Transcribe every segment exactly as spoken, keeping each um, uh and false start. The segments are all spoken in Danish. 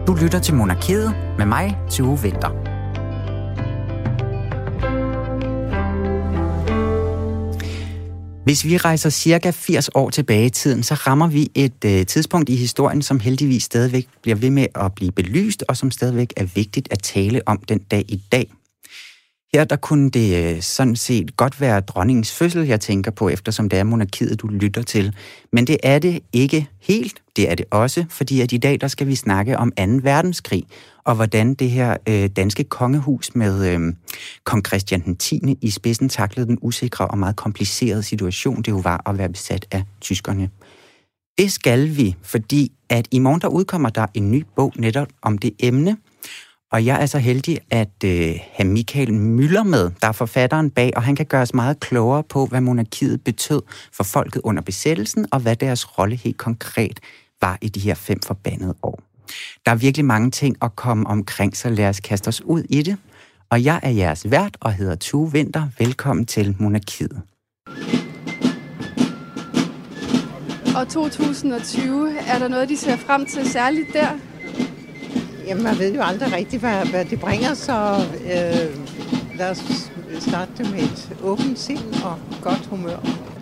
Du lytter til Monarkiet med mig, Tue Winther. Hvis vi rejser cirka firs år tilbage i tiden, så rammer vi et øh, tidspunkt i historien, som heldigvis stadigvæk bliver ved med at blive belyst, og som stadigvæk er vigtigt at tale om den dag i dag. Her der kunne det øh, sådan set godt være dronningens fødsel, jeg tænker på, eftersom det er monarkiet, du lytter til. Men det er det ikke helt. Det er det også, fordi at i dag der skal vi snakke om anden verdenskrig, og hvordan det her øh, danske kongehus med øh, kong Christian den tiende i spidsen taklede den usikre og meget komplicerede situation, det jo var at være besat af tyskerne. Det skal vi, fordi at i morgen der udkommer der en ny bog netop om det emne, og jeg er så heldig at øh, have Michael Müller med, der er forfatteren bag, og han kan gøre os meget klogere på, hvad monarkiet betød for folket under besættelsen, og hvad deres rolle helt konkret var i de her fem forbandede år. Der er virkelig mange ting at komme omkring, så lad os kaste os ud i det. Og jeg er jeres vært og hedder Tue Winther. Velkommen til Monarkiet. Og to tusind og tyve, er der noget, de ser frem til særligt der? Jamen, man ved jo aldrig rigtigt, hvad, hvad det bringer, så øh, lad os starte med et åbent sind og godt humør.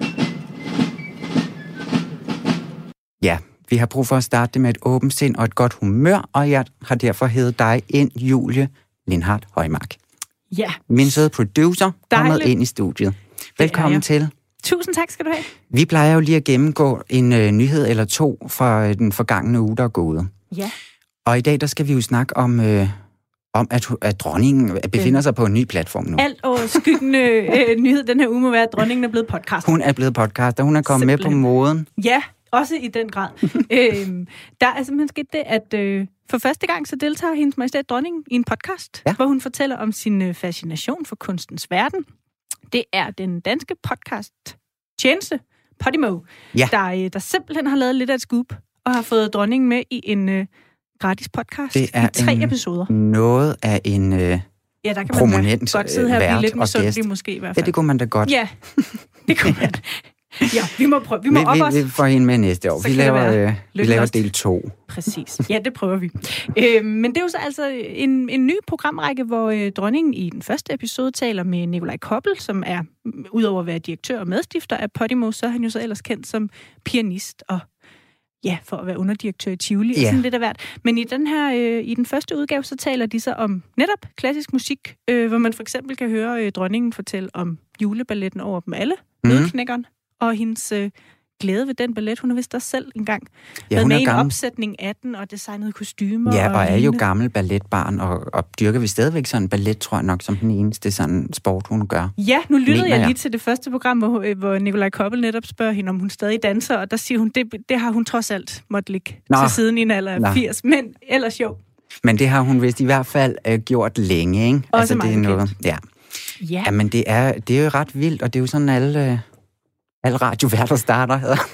Ja, vi har brug for at starte med et åbent sind og et godt humør, og jeg har derfor hævet dig ind, Julie Lindhardt Højmark. Ja. Min søde producer kommet ind i studiet. Velkommen til. Tusind tak skal du have. Vi plejer jo lige at gennemgå en øh, nyhed eller to fra den forgangne uge, der er gået. Ja. Og i dag, der skal vi jo snakke om, øh, om at, at dronningen befinder sig på en ny platform nu. Alt overskyggende øh, nyhed den her uge må være, at dronningen er blevet podcast. Hun er blevet podcaster, hun er kommet Simpelthen. med på moden. Ja, også i den grad. øhm, der er simpelthen sket det, at øh, for første gang så deltager hendes majestæt dronningen i en podcast, ja. hvor hun fortæller om sin øh, fascination for kunstens verden. Det er den danske podcast tjeneste, Podimo, ja. der, øh, der simpelthen har lavet lidt af et scoop og har fået dronningen med i en øh, gratis podcast det er i tre en, episoder. noget af en øh, ja, der kan prominent man godt sidde her og blive lidt misundelig måske i hvert fald. Ja, det kunne man da godt. Ja, det kunne man. Ja, vi må prøve. Vi må vi, op vi, os. Vi får hende med næste år. Vi laver, øh, vi laver del to. Præcis. Ja, det prøver vi. øh, men det er jo så altså en, en ny programrække, hvor øh, dronningen i den første episode taler med Nikolaj Koppel, som er, udover at være direktør og medstifter af Podimo, så er han jo så ellers kendt som pianist og ja, for at være underdirektør i Tivoli, ja. og sådan lidt af hvert. Men i den her, øh, i den første udgave, så taler de så om netop klassisk musik, øh, hvor man for eksempel kan høre øh, dronningen fortælle om juleballetten over dem alle, mm. Nøddeknækkeren, og hendes øh, glæde ved den ballet. Hun har vist også selv engang ja, været med i en gammel opsætning af den, og designet kostymer. Ja, og, og er lignende. jo gammel balletbarn, og, og dyrker vi stadigvæk sådan ballet, tror jeg nok, som den eneste sådan sport, hun gør. Ja, nu lyttede jeg, jeg lige til det første program, hvor, hvor Nikolaj Koppel netop spørger hende, om hun stadig danser, og der siger hun, det, det har hun trods alt måtte ligge Nå. til siden i en alder af firs, men ellers jo. Men det har hun vist i hvert fald øh, gjort længe, ikke? Også altså, det er noget, ja. Ja. ja, men det er, det er jo ret vildt, og det er jo sådan alle... Øh, Alle radioværter starter.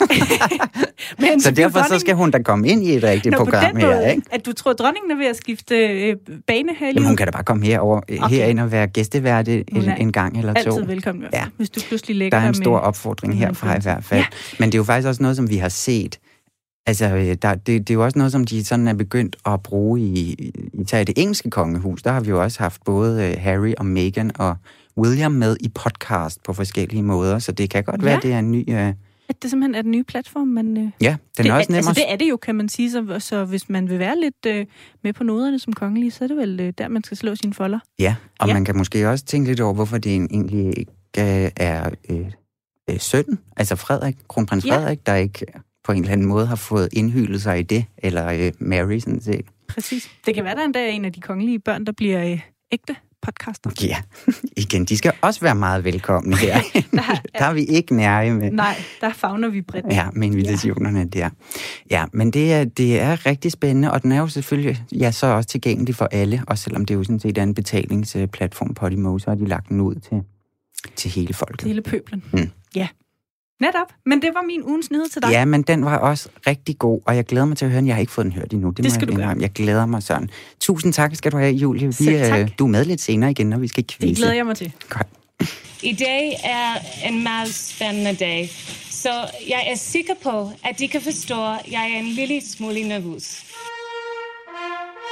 Men så derfor så skal hun da komme ind i et rigtigt Nå, program her, måde, ikke? At du tror, at dronningen er ved at skifte øh, bane her? Jamen, hun kan da bare komme herover, okay. herind og være gæstevært en, en gang eller to. Altid velkommen, ja. hvis du pludselig lægger der er en stor med, opfordring herfra i hvert fald. Ja. Men det er jo faktisk også noget, som vi har set. Altså, der, det, det er jo også noget, som de sådan er begyndt at bruge i, i, i det engelske kongehus. Der har vi jo også haft både Harry og Meghan og William med i podcast på forskellige måder, så det kan godt ja. være, at det er en ny... Øh... At det simpelthen er den nye platform, man... Øh... Ja, den det er også nemmere... Altså, det er det jo, kan man sige, så, så hvis man vil være lidt øh, med på noderne som kongelig, så er det vel øh, der, man skal slå sine folder. Ja, og ja. man kan måske også tænke lidt over, hvorfor det egentlig ikke øh, er øh, øh, sønnen, altså Frederik, kronprins ja. Frederik, der ikke på en eller anden måde har fået indhyldet sig i det, eller øh, Mary sådan set. Præcis. Det kan være, der en dag en af de kongelige børn, der bliver øh, ægte podcaster. Ja, igen, de skal også være meget velkomne her. der, er, der er vi ikke nære med. Nej, der favner vi bredt. Ja, med invitationerne ja. der. Ja, men det er, det er rigtig spændende, og den er jo selvfølgelig ja, så også tilgængelig for alle, og selvom det jo sådan set er en betalingsplatform på Podimo, så har de lagt den ud til, til hele folket. Til hele pøblen. Mm. Ja. Netop, men det var min ugens nyhed til dig. Ja, men den var også rigtig god, og jeg glæder mig til at høre den. Jeg har ikke fået den hørt endnu. Det, det skal jeg du gøre. Jeg glæder mig sådan. Tusind tak skal du have, Julie. Vi, øh, du er med lidt senere igen, når vi skal quizze. Det glæder jeg mig til. Godt. I dag er en meget spændende dag, så jeg er sikker på, at de kan forstå, at jeg er en lille smule nervøs.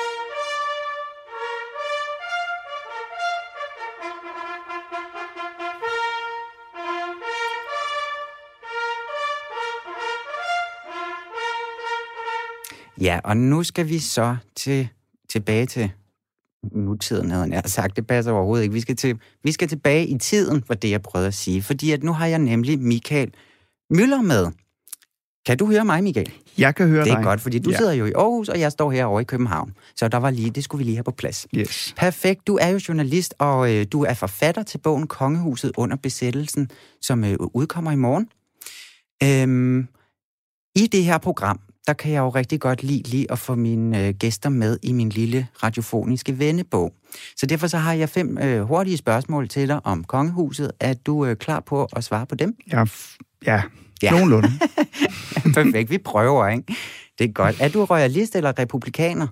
Ja, og nu skal vi så til, tilbage til nutiden, havde jeg sagt. Det passer overhovedet ikke. Vi skal, til, vi skal tilbage i tiden, var det, jeg prøvede at sige. Fordi at nu har jeg nemlig Michael Møller med. Kan du høre mig, Michael? Jeg kan høre dig. Det er dig. Godt, fordi du ja. sidder jo i Aarhus, og jeg står herovre i København. Så der var lige, det skulle vi lige have på plads. Yes. Perfekt. Du er jo journalist, og øh, du er forfatter til bogen Kongehuset under besættelsen, som øh, udkommer i morgen. Øhm, I det her program, der kan jeg jo rigtig godt lide lige at få mine øh, gæster med i min lille radiofoniske vennebog. Så derfor så har jeg fem øh, hurtige spørgsmål til dig om kongehuset. Er du øh, klar på at svare på dem? Ja, f- ja. ja. nogenlunde. Perfekt, vi prøver, ikke? Det er godt. Er du royalist eller republikaner?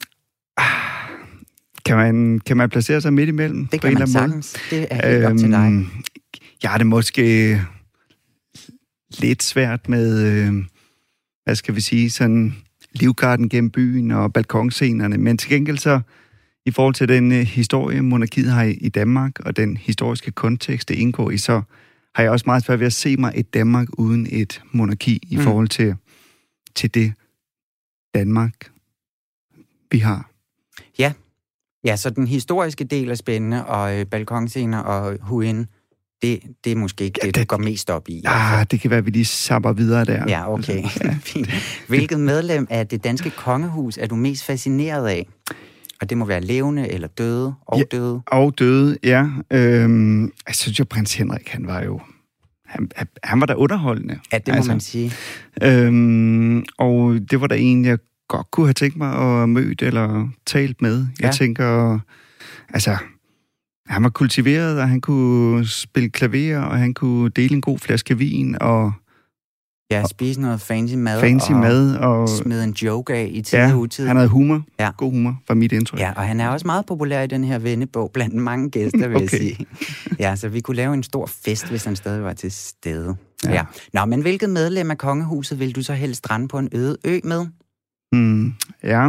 Kan man, kan man placere sig midt imellem? Det kan man sagtens. Det er helt øhm, op til dig. Jeg er det måske lidt svært med, øh, hvad skal vi sige, sådan livgarden gennem byen og balkonscenerne, men til gengæld så, i forhold til den øh, historie, monarkiet har i, i Danmark, og den historiske kontekst, det indgår i, så har jeg også meget svært ved at se mig et Danmark uden et monarki i mm. forhold til, til det Danmark, vi har. Ja. Ja, så den historiske del er spændende, og øh, balkonscener og huinde, det, det er måske ikke ja, det, du går mest op i. Ja, det kan være, at vi lige sapper videre der. Ja, okay. Altså, ja. Fint. Hvilket medlem af det danske kongehus er du mest fascineret af? Og det må være levende eller døde og ja, døde? Og døde, ja. Øhm, jeg synes jo, prins Henrik, han var jo... Han, han var da underholdende. Ja, det må altså, man sige. Øhm, og det var der en, jeg godt kunne have tænkt mig at møde eller talt med. Jeg ja. tænker, altså, han var kultiveret, og han kunne spille klaver, og han kunne dele en god flaske vin, og... Ja, spise noget fancy mad, fancy og, mad og smide en joke af i tid ja, og utid. Han havde humor. Ja. God humor, var mit indtryk. Ja, og han er også meget populær i den her vennebog blandt mange gæster, vil okay. jeg sige. Ja, så vi kunne lave en stor fest, hvis han stadig var til stede. Ja. Ja. Nå, men hvilket medlem af kongehuset vil du så helst strande på en øde ø med? Hmm, ja.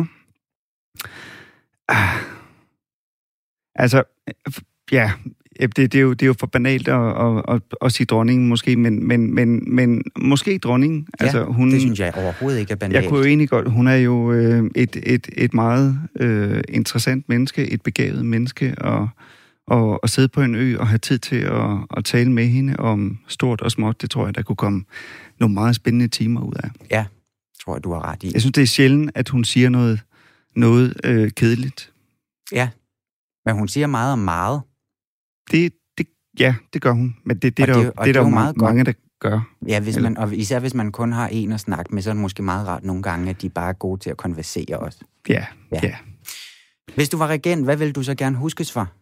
Ah. Altså, ja... Det, det, er jo, det er jo for banalt at, at, at, at sige dronningen måske, men, men, men, men måske dronningen. Ja, altså, hun, det synes jeg overhovedet ikke er banalt. Jeg kunne jo egentlig godt... Hun er jo øh, et, et, et meget øh, interessant menneske, et begavet menneske, og, og, og sidde på en ø og have tid til at, at tale med hende om stort og småt, det tror jeg, der kunne komme nogle meget spændende timer ud af. Ja, tror jeg, du har ret i. Jeg synes, det er sjældent, at hun siger noget, noget øh, kedeligt. Ja, men hun siger meget om meget. Det, det, ja, det gør hun. Men det, det, det, der, det, det er der jo mange, mange, der gør. Ja, hvis man, og især hvis man kun har en at snakke med, så er det måske meget rart nogle gange, at de bare er gode til at konversere også. Ja, ja. ja. Hvis du var regent, hvad ville du så gerne huskes for?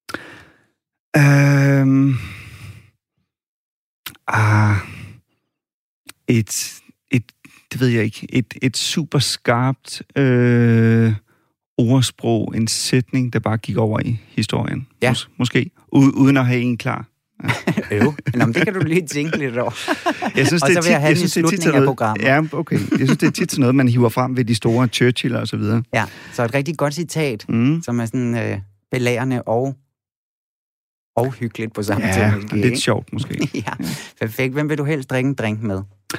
Øhm, ah, et, et, det ved jeg ikke, et, et super skarpt øh, ordsprog, en sætning, der bare gik over i historien. Ja. Mås- måske, u- uden at have en klar. Ja. Jo, nå, men det kan du lige tænke lidt over. Jeg synes, og det er så vil jeg have tit, en slutning af programmet. Ja, okay. Jeg synes, det er tit sådan noget, man hiver frem ved de store Churchill og så videre. Ja, så et rigtig godt citat, mm. som er sådan øh, belærende og, og hyggeligt på samme tid. Ja, måske, lidt ikke? sjovt måske. Ja, perfekt. Hvem vil du helst drikke en drink med?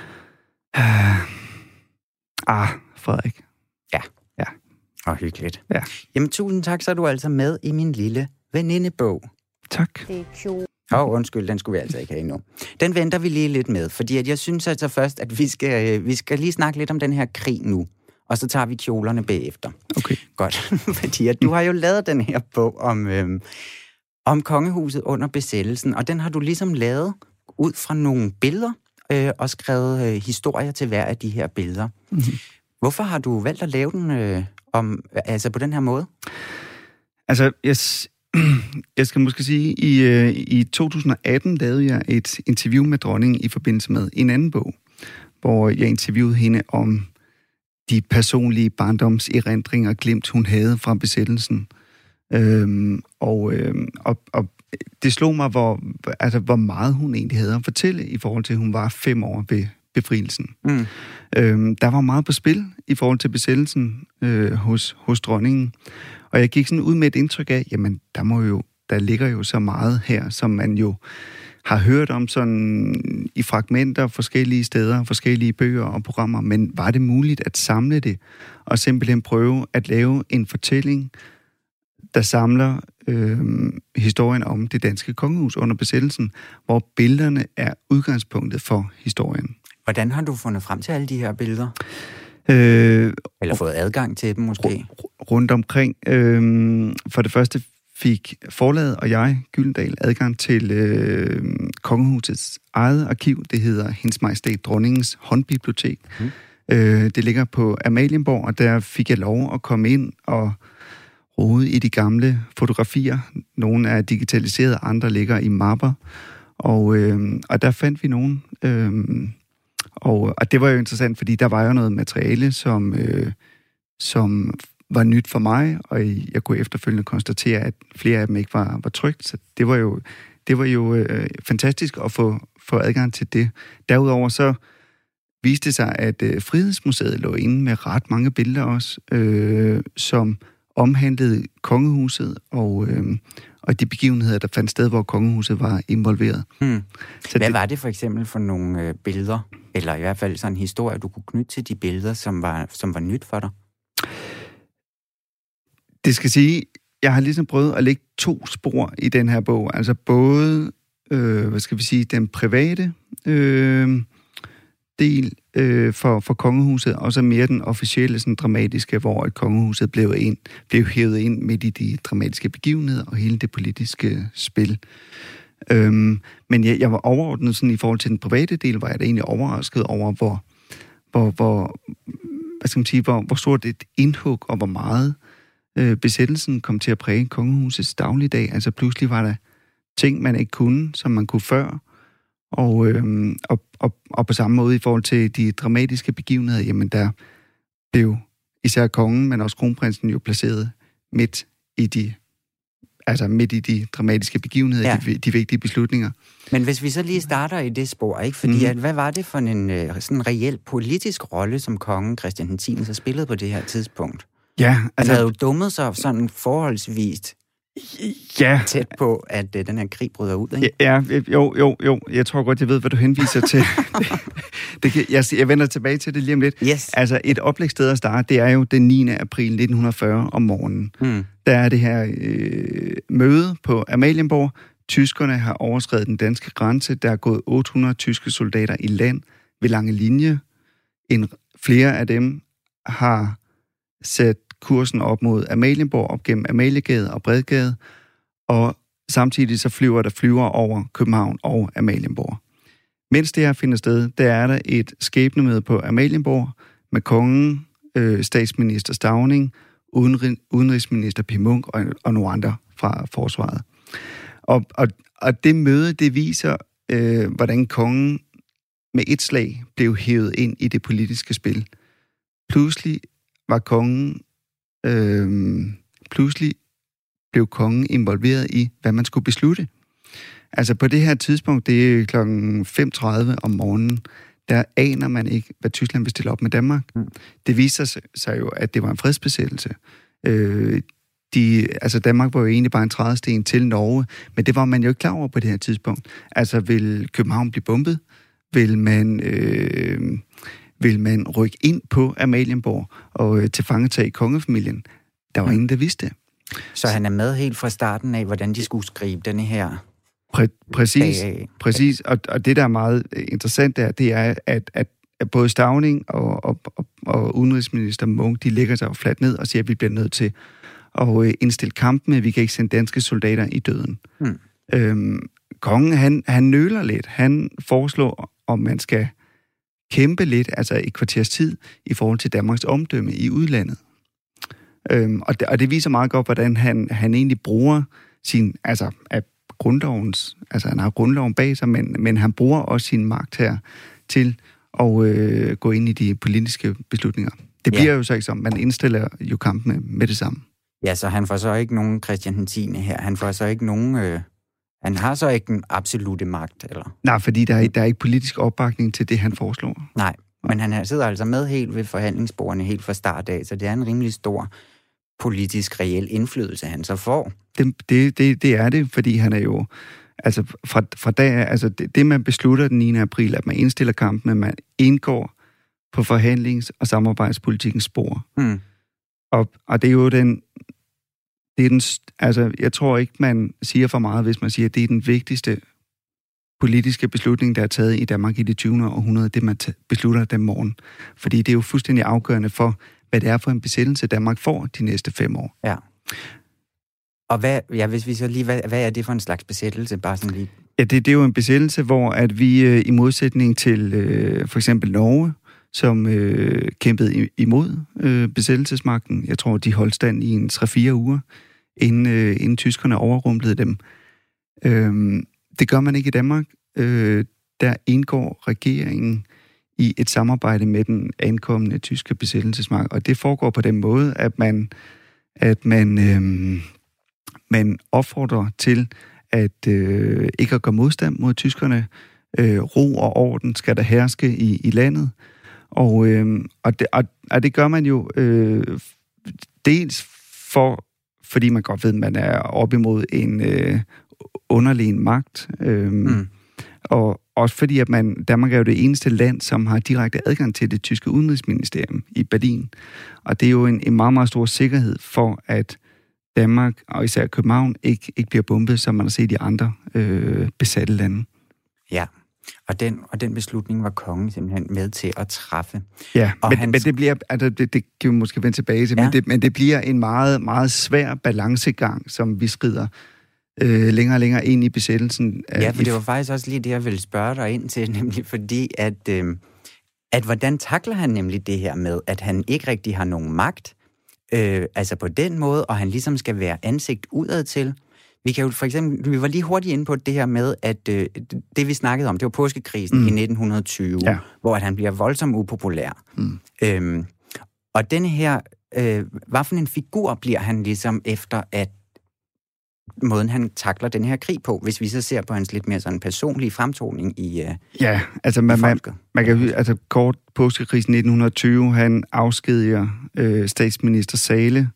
ah, Frederik. Ja. Ja. Og hyggeligt. Ja. Jamen, tusind tak, så er du altså med i min lille venindebog. Tak. Åh, oh, undskyld, den skulle vi altså ikke have endnu. Den venter vi lige lidt med, fordi at jeg synes altså først, at vi skal, øh, vi skal lige snakke lidt om den her krig nu, og så tager vi kjolerne bagefter. Okay. Godt, fordi at du har jo lavet den her bog om, øh, om kongehuset under besættelsen, og den har du ligesom lavet ud fra nogle billeder, øh, og skrevet øh, historier til hver af de her billeder. Mm-hmm. Hvorfor har du valgt at lave den øh, om, altså på den her måde? Altså, jeg... Jeg skal måske sige, i, i to tusind atten lavede jeg et interview med dronningen i forbindelse med en anden bog, hvor jeg interviewede hende om de personlige barndomserindringer og glimt, hun havde fra besættelsen. Øhm, og, øhm, og, og det slog mig, hvor, altså, hvor meget hun egentlig havde at fortælle i forhold til, at hun var fem år ved befrielsen. Mm. Øhm, der var meget på spil i forhold til besættelsen øh, hos, hos dronningen. Og jeg gik sådan ud med et indtryk af, jamen, der må jo, der ligger jo så meget her, som man jo har hørt om sådan i fragmenter, forskellige steder, forskellige bøger og programmer, men var det muligt at samle det og simpelthen prøve at lave en fortælling, der samler øh, historien om det danske kongehus under besættelsen, hvor billederne er udgangspunktet for historien. Hvordan har du fundet frem til alle de her billeder? Øh, Eller fået adgang til dem måske? Rundt omkring. Øh, for det første fik forlaget og jeg, Gyldendal, adgang til øh, kongehusets eget arkiv. Det hedder Hendes Majestæt Dronningens Håndbibliotek. Mm. Øh, det ligger på Amalienborg, og der fik jeg lov at komme ind og rode i de gamle fotografier. Nogle er digitaliseret, andre ligger i mapper. Og, øh, og der fandt vi nogle. Øh, og, og det var jo interessant, fordi der var jo noget materiale, som, øh, som var nyt for mig, og jeg kunne efterfølgende konstatere, at flere af dem ikke var, var trygt. Så det var jo, det var jo øh, fantastisk at få, få adgang til det. Derudover så viste det sig, at øh, Frihedsmuseet lå inde med ret mange billeder også, øh, som omhandlede kongehuset og, øh, og de begivenheder, der fandt sted, hvor kongehuset var involveret. Hmm. Så Hvad det, var det for eksempel for nogle øh, billeder, eller i hvert fald sådan en historie, du kunne knytte til de billeder, som var, som var nyt for dig? Det skal sige, jeg har ligesom prøvet at lægge to spor i den her bog. Altså både, øh, hvad skal vi sige, den private øh, del øh, for, for kongehuset, og så mere den officielle, sådan dramatiske, hvor et kongehuset blev, ind, blev hævet ind midt i de dramatiske begivenheder og hele det politiske spil. Øhm, men jeg, jeg var overordnet sådan i forhold til den private del, var jeg da egentlig overrasket over, hvor, hvor, hvor, hvad skal man sige, hvor, hvor stort et indhug og hvor meget øh, besættelsen kom til at præge kongehusets dagligdag. Altså pludselig var der ting, man ikke kunne, som man kunne før. Og, øhm, og, og, og på samme måde i forhold til de dramatiske begivenheder, jamen der blev især kongen, men også kronprinsen jo placeret midt i de, altså midt i de dramatiske begivenheder, ja. de, de vigtige beslutninger. Men hvis vi så lige starter i det spor, ikke? Fordi mm. at, hvad var det for en sådan en reel politisk rolle, som kongen Christian den tiende så spillede på det her tidspunkt? Ja, altså... Han havde jo dummet sig sådan forholdsvist ja. tæt på, at uh, den her krig bryder ud, ikke? Ja, jo, jo, jo. Jeg tror godt, jeg ved, hvad du henviser til. det, det kan, jeg, jeg vender tilbage til det lige om lidt. Yes. Altså, et oplægssted at starte, det er jo den niende april nitten fyrre om morgenen. Mm. Der er det her øh, møde på Amalienborg. Tyskerne har overskredet den danske grænse. Der er gået otte hundrede tyske soldater i land ved lange linje. En, flere af dem har sat kursen op mod Amalienborg, op gennem Amaliegade og Bredgade, og samtidig så flyver der flyver over København og Amalienborg. Mens det her finder sted, der er der et skæbnemøde på Amalienborg med kongen, øh, statsminister Stauning, udenri- udenrigsminister P. Munk og, og nogle andre fra forsvaret. Og, og, og det møde, det viser, øh, hvordan kongen med et slag blev hævet ind i det politiske spil. Pludselig var kongen Øhm, pludselig blev kongen involveret i, hvad man skulle beslutte. Altså på det her tidspunkt, det er klokken fem tredive om morgenen, der aner man ikke, hvad Tyskland vil stille op med Danmark. Mm. Det viser sig jo, at det var en fredsbesættelse. Øh, de, altså Danmark var jo egentlig bare en trædesten til Norge, men det var man jo ikke klar over på det her tidspunkt. Altså vil København blive bombet? Vil man... Øh, vil man rykke ind på Amalienborg og øh, tilfangetage kongefamilien? Der var mm. ingen, der vidste. Så han er med helt fra starten af, hvordan de skulle skrive denne her... Præ- præcis, præcis. Og, og det, der er meget interessant der, det er, at, at, at både Stauning og, og, og, og udenrigsminister Munk, de lægger sig fladt ned og siger, at vi bliver nødt til at øh, indstille kampene. Vi kan ikke sende danske soldater i døden. Mm. Øhm, kongen, han, han nøler lidt. Han foreslår, om man skal kæmpe lidt, altså et kvarters tid, i forhold til Danmarks omdømme i udlandet. Øhm, og, det, og det viser meget godt, hvordan han, han egentlig bruger sin, altså af grundlovens, altså han har grundloven bag sig, men, men han bruger også sin magt her til at øh, gå ind i de politiske beslutninger. Det bliver ja. jo så ikke som, man indstiller jo kampene med det samme. Ja, så han får så ikke nogen Christian den tiende her. Han får så ikke nogen... Øh Han har så ikke den absolute magt, eller? Nej, fordi der er, der er ikke politisk opbakning til det, han foreslår. Nej, men han sidder altså med helt ved forhandlingsbordene helt fra start af, så det er en rimelig stor politisk, reel indflydelse, han så får. Det, det, det, det er det, fordi han er jo altså fra, fra dag, altså det, det, man beslutter den niende april, at man indstiller kampen, at man indgår på forhandlings- og samarbejdspolitikens spor. Mm. Og, og det er jo den, det er den, altså jeg tror ikke, man siger for meget, hvis man siger, at det er den vigtigste politiske beslutning, der er taget i Danmark i det tyvende århundrede, det man t- beslutter den morgen. Fordi det er jo fuldstændig afgørende for, hvad det er for en besættelse, Danmark får de næste fem år. Ja. Og hvad, ja, hvis vi så lige, hvad, hvad er det for en slags besættelse? Bare sådan lige. Ja, det, det er jo en besættelse, hvor at vi øh, i modsætning til øh, for eksempel Norge, som øh, kæmpede imod øh, besættelsesmagten. Jeg tror, de holdt stand i en tre fire uger, inden, øh, inden tyskerne overrumplede dem. Øh, det gør man ikke i Danmark. Øh, der indgår regeringen i et samarbejde med den ankommende tyske besættelsesmagt, og det foregår på den måde, at man, at man, øh, man opfordrer til at øh, ikke at gøre modstand mod tyskerne. Øh, ro og orden skal der herske i, i landet. Og, øh, og, det, og, og det gør man jo øh, dels for, fordi man godt ved, at man er op imod en øh, underlegen magt. Øh, mm. Og også fordi, at man, Danmark er jo det eneste land, som har direkte adgang til det tyske udenrigsministerium i Berlin. Og det er jo en, en meget, meget stor sikkerhed for, at Danmark, og især København, ikke, ikke bliver bombet, som man har set i andre øh, besatte lande. Ja, og den, og den beslutning var kongen simpelthen med til at træffe. Ja, men, hans... men det bliver, altså det, det kan vi måske vende tilbage til, ja. men, det, men det bliver en meget, meget svær balancegang, som vi skrider øh, længere og længere ind i besættelsen. Ja, for det var faktisk også lige det, jeg ville spørge dig ind til, nemlig fordi, at, øh, at hvordan takler han nemlig det her med, at han ikke rigtig har nogen magt, øh, altså på den måde, og han ligesom skal være ansigt udad til. Vi kan jo for eksempel, vi var lige hurtigt inde på det her med, at øh, det vi snakkede om, det var påskekrisen mm. i nitten tyve, ja. hvor at han bliver voldsomt upopulær. Mm. Øhm, og denne her, øh, hvad for en figur bliver han ligesom efter, at måden han takler den her krig på, hvis vi så ser på hans lidt mere sådan personlige fremtoning i øh, Ja, altså man, man, man kan altså kort påskekrisen nitten tyve, han afskediger øh, statsminister Zahle,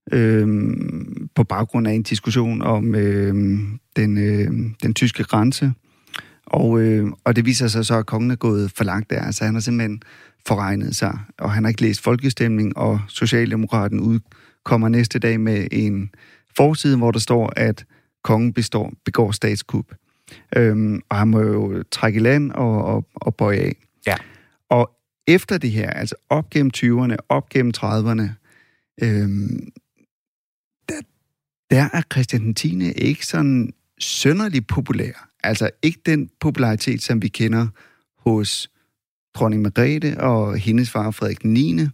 Øhm, på baggrund af en diskussion om øhm, den, øh, den tyske grænse. Og, øh, og det viser sig så, at kongen er gået for langt der. Altså han har simpelthen forregnet sig, og han har ikke læst folkestemning, og Socialdemokraten udkommer næste dag med en forside, hvor der står, at kongen består, begår statskup. Øhm, og han må jo trække i land og, og, og bøje af. Ja. Og efter det her, altså op gennem tyverne, op gennem trediverne, øhm, der er Christian den tiende ikke sådan synderligt populær. Altså ikke den popularitet, som vi kender hos dronning Margrethe og hendes far Frederik den niende.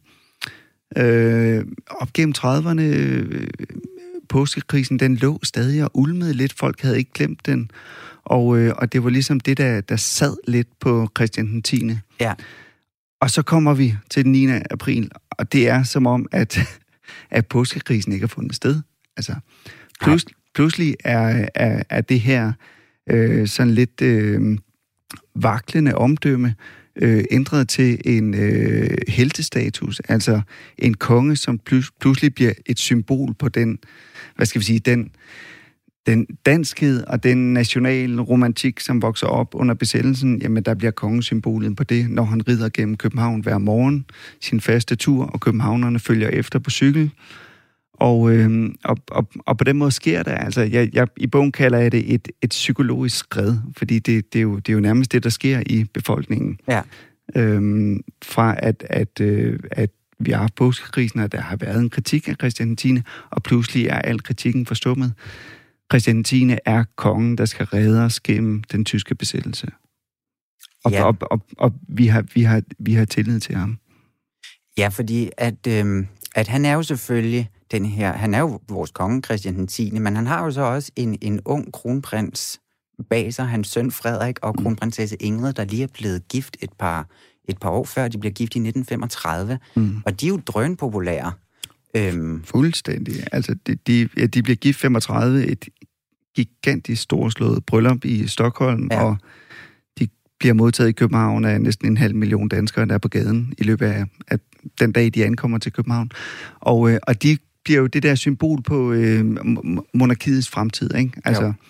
Øh, op gennem trediverne, øh, påskekrisen, den lå stadig og ulmede lidt. Folk havde ikke glemt den. Og, øh, og det var ligesom det, der, der sad lidt på Christian den tiende. Ja. Og så kommer vi til den niende april, og det er som om, at, at påskekrisen ikke har fundet sted. Altså, plus, pludselig er, er, er det her øh, sådan lidt øh, vaklende omdømme øh, ændret til en øh, heltestatus. Altså en konge, som plus, pludselig bliver et symbol på den, hvad skal vi sige, den, den danskhed og den national romantik, som vokser op under besættelsen. Jamen, der bliver kongesymbolet på det, når han rider gennem København hver morgen, sin faste tur, og københavnerne følger efter på cykel. Og, øh, og, og, og på den måde sker det, altså, jeg, jeg, i bogen kalder jeg det et, et psykologisk skred, fordi det, det, er jo, det er jo nærmest det, der sker i befolkningen. Ja. Øhm, fra at, at, øh, at vi har haft påskekrisen, og der har været en kritik af Christian den tiende, og pludselig er al kritikken forstummet. Christian den tiende er kongen, der skal redde os gennem den tyske besættelse. Og, ja. og, og, og vi, har, vi, har, vi har tillid til ham. Ja, fordi at, øh, at han er jo selvfølgelig den her, han er jo vores konge, Christian den tiende, men han har jo så også en, en ung kronprins bag sig, hans søn Frederik og kronprinsesse Ingrid, der lige er blevet gift et par, et par år før. De bliver gift i nitten femogtredive, mm. og de er jo drønpopulære. Øhm. Fuldstændig. Altså, de, de, ja, de bliver gift femogtredive, et gigantisk storslået bryllup i Stockholm, ja. Og de bliver modtaget i København af næsten en halv million danskere, der er på gaden i løbet af, af den dag, de ankommer til København. Og, øh, og de bliver jo det der symbol på øh, monarkiets fremtid, ikke? Altså,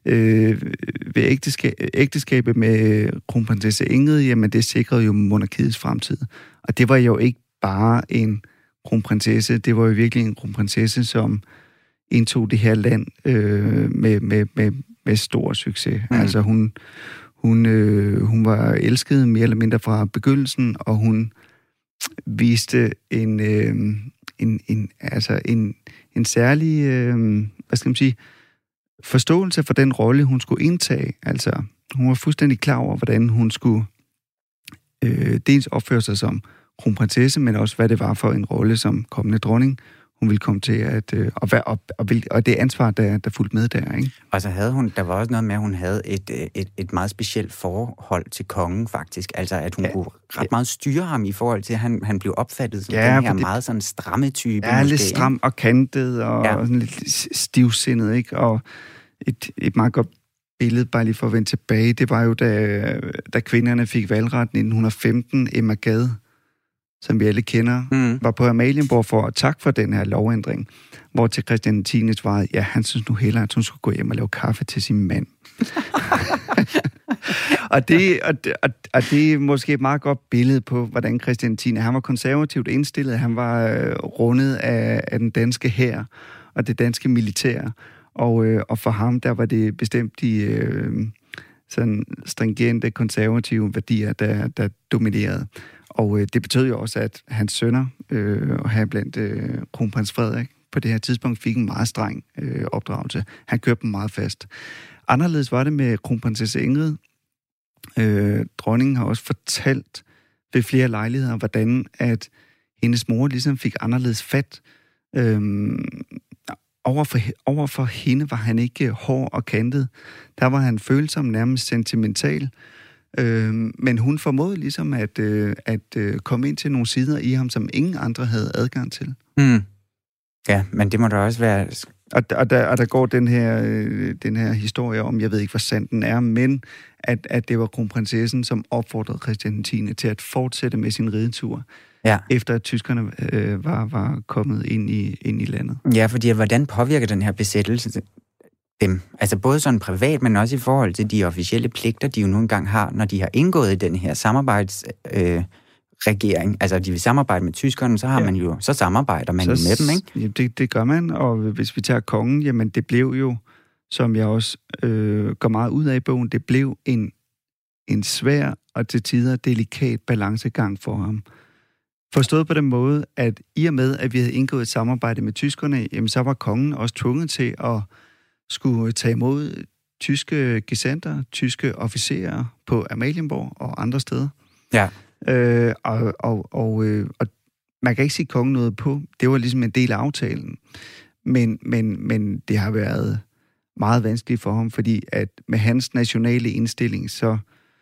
øh, ved ægteskab, ægteskabet med kronprinsesse Ingrid, jamen det sikrede jo monarkiets fremtid. Og det var jo ikke bare en kronprinsesse, det var jo virkelig en kronprinsesse, som indtog det her land øh, med, med, med, med stor succes. Mm. Altså hun, hun, øh, hun var elsket mere eller mindre fra begyndelsen, og hun viste en, øh, en, en, altså en, en særlig, øh, hvad skal man sige, forståelse for den rolle, hun skulle indtage. Altså, hun var fuldstændig klar over, hvordan hun skulle øh, dels opføre sig som kronprinsesse, men også, hvad det var for en rolle som kommende dronning, hun ville komme til at... Øh, og, og, og, og det ansvar, der, der fulgte med der, ikke? Og så havde hun... Der var også noget med, at hun havde et, et, et meget specielt forhold til kongen, faktisk. Altså, at hun ja, kunne ret meget styre ham i forhold til, at han, han blev opfattet som ja, den her det, meget sådan stramme type. Ja, måske, lidt stram og kantet og, ja. og sådan lidt stivsindet, ikke? Og et, et meget godt billede, bare lige for at vende tilbage, det var jo, da, da kvinderne fik valgret nitten femten, Emma Gad, som vi alle kender, mm. var på Amalienborg for at takke for den her lovændring, hvor til Christian tiende svarede, ja, han synes nu hellere, at hun skulle gå hjem og lave kaffe til sin mand. og, det, og, det, og det er måske et meget godt billede på, hvordan Christian tiende, han var konservativt indstillet, han var øh, rundet af, af den danske hær og det danske militær, og, øh, og for ham, der var det bestemt de øh, sådan stringente, konservative værdier, der, der dominerede. Og øh, det betød jo også, at hans sønner, øh, og her blandt øh, kronprins Frederik, på det her tidspunkt fik en meget streng øh, opdragelse. Han kørte dem meget fast. Anderledes var det med kronprinsesse Ingrid. Øh, dronningen har også fortalt ved flere lejligheder, hvordan at hendes mor ligesom fik anderledes fat. Øh, overfor, overfor hende var han ikke hård og kantet. Der var han følsom, nærmest sentimental. Øh, men hun formåede ligesom at, øh, at øh, komme ind til nogle sider i ham, som ingen andre havde adgang til. Mm. Ja, men det må da også være... Og, og, der, og der går den her, øh, den her historie om, jeg ved ikke, hvor sand den er, men at, at det var kronprinsessen, som opfordrede Christian tiende til at fortsætte med sin ridetur, ja. Efter at tyskerne øh, var, var kommet ind i, ind i landet. Ja, fordi hvordan påvirker den her besættelse dem? Altså både sådan privat, men også i forhold til de officielle pligter, de jo nogle gange har, når de har indgået i den her samarbejdsregering. Øh, altså, de vil samarbejde med tyskerne, så har ja. man jo, så samarbejder man så, jo med dem, ikke? Ja, det, det gør man, og hvis vi tager kongen, jamen det blev jo, som jeg også øh, går meget ud af i bogen, det blev en, en svær og til tider delikat balancegang for ham. Forstået på den måde, at i og med, at vi havde indgået et samarbejde med tyskerne, jamen så var kongen også tvunget til at skulle tage imod tyske gesandter, tyske officerer på Amalienborg og andre steder. Ja. Øh, og, og, og, øh, og man kan ikke sige kongen noget på. Det var ligesom en del af aftalen. Men, men, men det har været meget vanskeligt for ham, fordi at med hans nationale indstilling, så,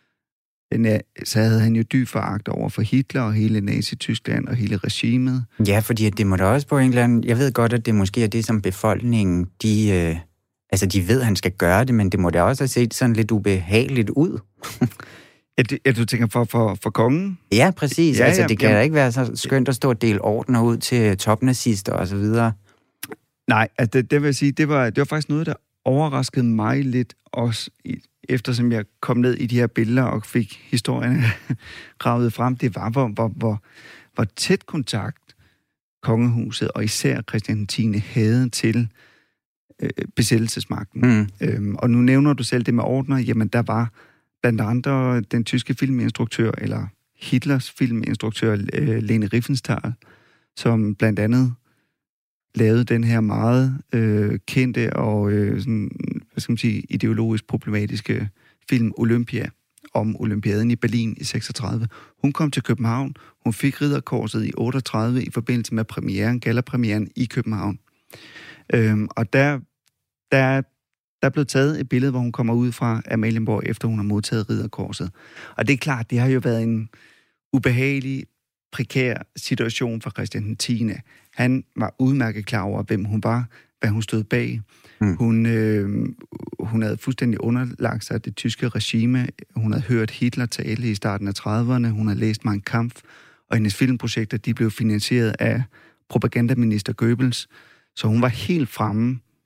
så havde han jo dyb foragt over for Hitler og hele Nazi-Tyskland og hele regimet. Ja, fordi det må da også på en eller anden... Jeg ved godt, at det måske er det, som befolkningen, de... Øh, altså, de ved, at han skal gøre det, men det må da også have set sådan lidt ubehageligt ud. Ja, det, ja, du tænker for, for, for kongen? Ja, præcis. Ja, altså, det kan ja, da ikke være så skønt at stå og dele ordner ud til topnazister og så videre. Nej, altså det, det vil jeg sige, det var, det var faktisk noget, der overraskede mig lidt også, eftersom jeg kom ned i de her billeder og fik historierne gravet frem. Det var, hvor, hvor, hvor, hvor tæt kontakt kongehuset og især Christian tiende havde til øh, besættelsesmagten. Mm. Øhm, og nu nævner du selv det med ordner. Jamen, der var blandt andre den tyske filminstruktør, eller Hitlers filminstruktør, øh, Lene Riefenstahl, som blandt andet lavede den her meget øh, kendte og øh, sådan, hvad skal man sige, ideologisk problematiske film Olympia, om olympiaden i Berlin i seksogtredive. Hun kom til København, hun fik ridderkorset i otteogtredive i forbindelse med premieren, gallapremieren i København. Øhm, og der, der Der er blevet taget et billede, hvor hun kommer ud fra Amalienborg, efter hun har modtaget ridderkorset. Og det er klart, det har jo været en ubehagelig, prekær situation for Christian tiende. Han var udmærket klar over, hvem hun var, hvad hun stod bag. Mm. Hun, øh, hun havde fuldstændig underlagt sig det tyske regime. Hun havde hørt Hitler tale i starten af trediverne. Hun havde læst Mein Kampf, og hendes filmprojekter, de blev finansieret af propagandaminister Goebbels. Så hun var helt fremme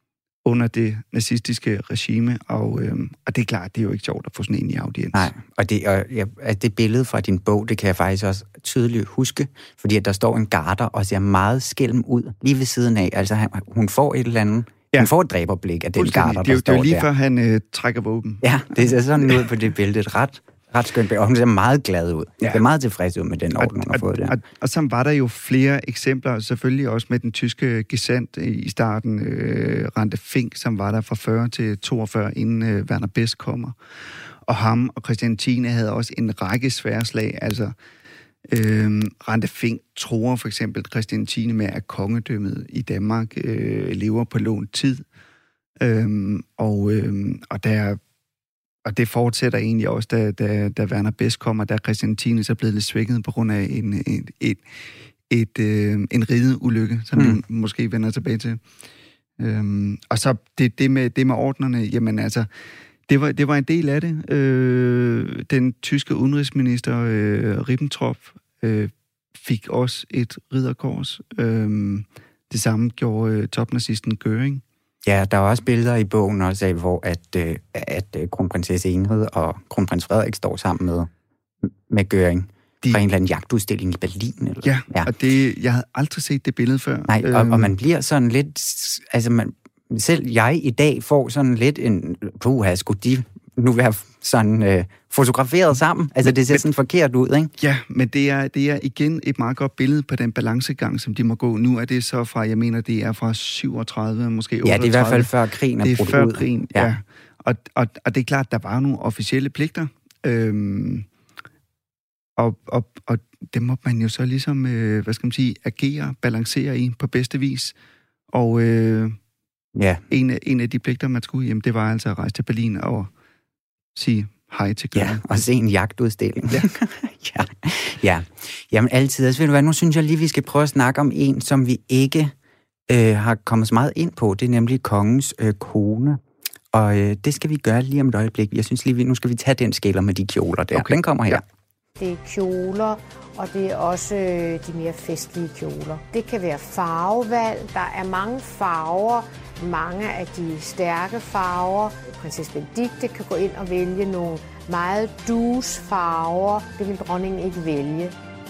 under det nazistiske regime, og, øh, og det er klart, det er jo ikke sjovt at få sådan en i audiens. Nej, og det, og, ja, at det billede fra din bog, det kan jeg faktisk også tydeligt huske, fordi at der står en garder og ser meget skælm ud lige ved siden af. Altså han, hun får et eller andet, ja. Hun får et dræberblik af den garder, der det er jo, står der. Det er jo lige der. før han øh, trækker våben. Ja, det ser sådan ud på det billede. Et ret, ret skønt billede, og hun ser meget glad ud. Ja. Det er meget tilfreds ud med den orden, hun har fået der. Og, og, og så var der jo flere eksempler, selvfølgelig også med den tyske gesandt i starten, øh, Rante Fink, som var der fra fyrre til toogfyrre, inden øh, Werner Best kommer. Og ham og Christian Thiene havde også en række sværslag, altså øh, Rante Fink tror for eksempel Christian Thiene med, at kongedømmet i Danmark øh, lever på lånt tid. Øh, og, øh, og der Og det fortsætter egentlig også, da, da, da Werner Best kommer, da Christian Thiene så blevet lidt svækket på grund af en, et, et, et, øh, en rideulykke, som mm. vi måske vender tilbage til. Øhm, og så det, det, med, det med ordnerne, jamen altså, det var, det var en del af det. Øh, den tyske udenrigsminister øh, Ribbentrop øh, fik også et ridderkors. Øh, det samme gjorde øh, topnazisten Göring. Ja, der er også billeder i bogen også af, hvor at, øh, at øh, kronprinsesse Ingrid og kronprins Frederik står sammen med, med Göring de... fra en eller anden jagtudstilling i Berlin. Eller? Ja, ja, og det, jeg havde aldrig set det billede før. Nej, og, og man bliver sådan lidt... Altså, man, selv jeg i dag får sådan lidt en... Puha, skulle de nu være sådan øh, fotograferet sammen? Altså, det ser men, sådan forkert ud, ikke? Ja, men det er, det er igen et meget godt billede på den balancegang, som de må gå. Nu er det så fra, jeg mener, det er fra syvogtredive, måske otteogtredive. Ja, det er i hvert fald før krigen er brudt ud. Det er før krigen, ja. ja. Og, og, og det er klart, der var nogle officielle pligter. Øhm, og, og, og det må man jo så ligesom, øh, hvad skal man sige, agere, balancere i på bedste vis. Og øh, ja. en, en af de pligter, man skulle, jamen, det var altså at rejse til Berlin og sige hej til Göring. Ja, og se en jagtudstilling. Ja. ja. ja. Jamen altid. Altså, ved du hvad, nu synes jeg lige, vi skal prøve at snakke om en, som vi ikke øh, har kommet så meget ind på. Det er nemlig kongens øh, kone. Og øh, det skal vi gøre lige om et øjeblik. Jeg synes lige, nu skal vi tage den skiller med de kjoler der. Okay. Den kommer her. Ja. Det er kjoler, og det er også de mere festlige kjoler. Det kan være farvevalg. Der er mange farver, mange af de stærke farver. Prinsesse Benedikte kan gå ind og vælge nogle meget dus farver. Det vil dronningen ikke vælge.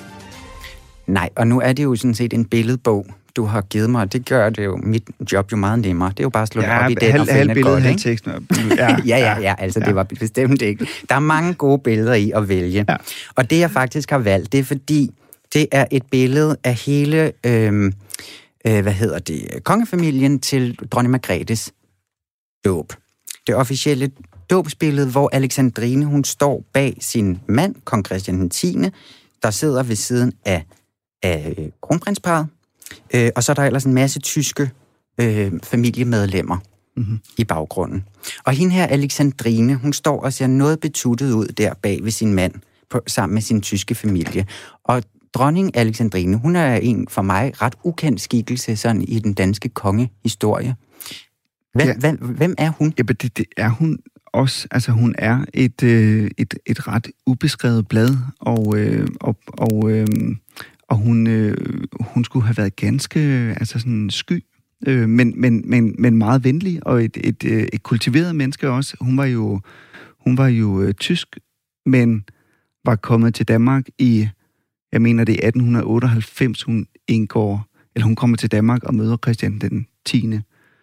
Nej, og nu er det jo sådan set en billedbog, du har givet mig, og det gør det jo mit job jo meget nemmere. Det er jo bare at slå ja, det op i den halv, og finde et godt, ikke? Teksten op. Ja, ja, ja, ja, altså ja. Det var bestemt ikke. Der er mange gode billeder i at vælge. Ja. Og det, jeg faktisk har valgt, det er fordi, det er et billede af hele, øh, øh, hvad hedder det, kongefamilien til dronning Margrethes dåb. Det officielle dåbsbillede, hvor Alexandrine, hun står bag sin mand, kong Christian den tiende, der sidder ved siden af, af kronprinsparret. Øh, og så er der ellers en masse tyske øh, familiemedlemmer mm-hmm. i baggrunden. Og hende her, Alexandrine, hun står og ser noget betuttet ud der bag ved sin mand, på, sammen med sin tyske familie. Og dronning Alexandrine, hun er en for mig ret ukendt skikkelse sådan i den danske kongehistorie. Hvem, ja. hvem, hvem er hun? Ja, men det, det er hun også. Altså, hun er et, øh, et, et ret ubeskrevet blad, og, øh, og, og øh, Og hun, øh, hun skulle have været ganske altså sådan sky, øh, men, men, men, men meget venlig, og et, et, et, et kultiveret menneske også. Hun var jo, hun var jo øh, tysk, men var kommet til Danmark i, jeg mener det er atten otteoghalvfems, hun indgår, eller hun kommer til Danmark og møder Christian den tiende.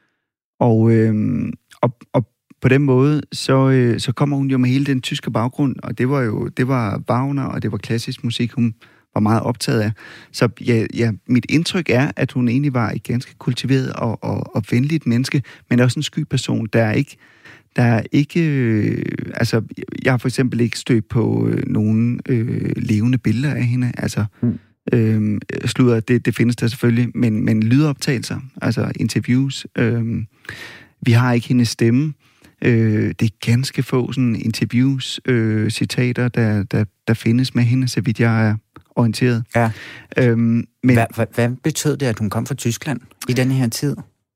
Og, øh, og, og på den måde, så, øh, så kommer hun jo med hele den tyske baggrund, og det var jo, det var Wagner, og det var klassisk musik, hun var meget optaget af. Så ja, ja, mit indtryk er, at hun egentlig var et ganske kultiveret og, og, og venligt menneske, men også en sky person. Der er ikke, der er ikke øh, altså, jeg har for eksempel ikke stødt på øh, nogen øh, levende billeder af hende. Altså, mm. øh, sludder, det, det findes der selvfølgelig, men, men lydoptagelser, altså interviews. Øh, vi har ikke hendes stemme. Øh, det er ganske få sådan interviews, øh, citater, der, der, der findes med hende, så vidt jeg er orienteret. Ja. Øhm, men hvad, hvad, hvad betød det, at hun kom fra Tyskland i denne her tid?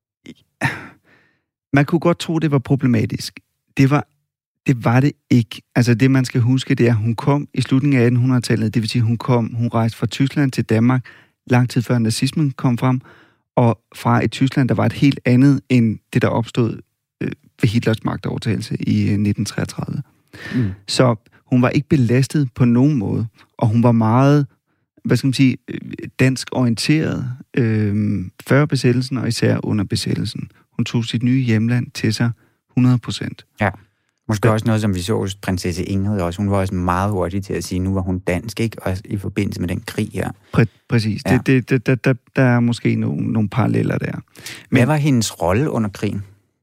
Man kunne godt tro, det var problematisk. Det var det, var det ikke. Altså det, man skal huske, det er, at hun kom i slutningen af attenhundredetallet, det vil sige, hun kom, hun rejste fra Tyskland til Danmark lang tid før nazismen kom frem, og fra et Tyskland, der var et helt andet end det, der opstod øh, ved Hitlers magtovertagelse i øh, nitten treogtredive. Mm. Så hun var ikke belastet på nogen måde, og hun var meget, hvad skal man sige, dansk orienteret øh, før besættelsen, og især under besættelsen. Hun tog sit nye hjemland til sig hundrede procent. Ja, måske også noget, som vi så hos prinsesse Ingrid også. Hun var også meget hurtig til at sige, nu var hun dansk, ikke? Og i forbindelse med den krig her. Præ- præcis. Ja. Det, det, det, der, der, der er måske nogle, nogle paralleller der. Men hvad var hendes rolle under krigen?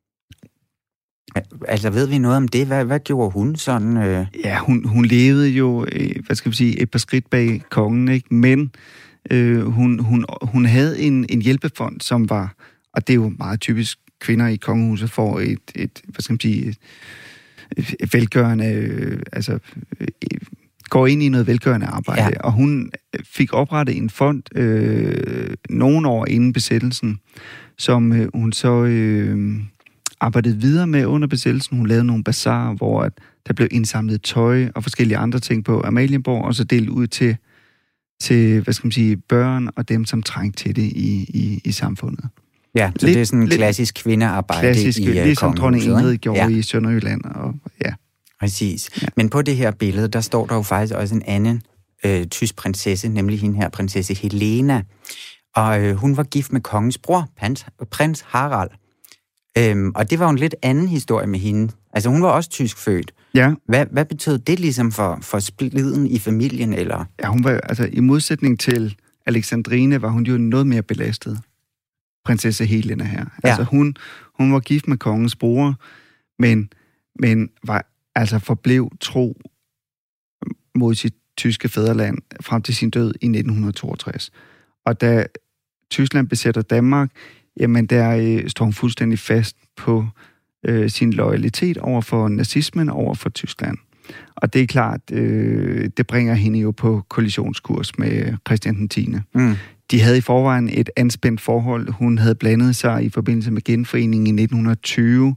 Altså, ved vi noget om det? Hvad, hvad gjorde hun sådan? Øh... Ja, hun, hun levede jo, hvad skal vi sige, et par skridt bag kongen, ikke? Men øh, hun, hun, hun havde en, en hjælpefond, som var, og det er jo meget typisk, kvinder i kongehuset får et, et hvad skal man sige, et, et velgørende, øh, altså et, går ind i noget velgørende arbejde. Ja. Og hun fik oprettet en fond øh, nogle år inden besættelsen, som øh, hun så øh, arbejdede videre med under besættelsen. Hun lavede nogle bazarer, hvor at der blev indsamlet tøj og forskellige andre ting på Amalienborg, og så delt ud til, til hvad skal man sige, børn og dem, som trængte til det i, i, i samfundet. Ja, så lidt, det er sådan en klassisk kvindearbejde klassisk, i uh, ligesom dronning Ingrid gjorde ja. i Sønderjylland. Og, ja. Præcis. Ja. Men på det her billede, der står der jo faktisk også en anden øh, tysk prinsesse, nemlig hende her, prinsesse Helena. Og øh, hun var gift med kongens bror, prins, prins Harald. Øhm, og det var jo en lidt anden historie med hende. Altså, hun var også tysk født. Ja. Hvad, hvad betød det ligesom for, for spliden i familien, eller? Ja, hun var, altså, i modsætning til Alexandrine, var hun jo noget mere belastet. Prinsesse Helena her. Ja. Altså, hun, hun var gift med kongens bror, men, men var, altså, forblev tro mod sit tyske fædreland frem til sin død i nitten toogtres. Og da Tyskland besætter Danmark, jamen der øh, står hun fuldstændig fast på øh, sin loyalitet over for nazismen, over for Tyskland. Og det er klart, øh, det bringer hende jo på kollisionskurs med Christian den tiende. Mm. De havde i forvejen et anspændt forhold. Hun havde blandet sig i forbindelse med genforeningen i nitten tyve.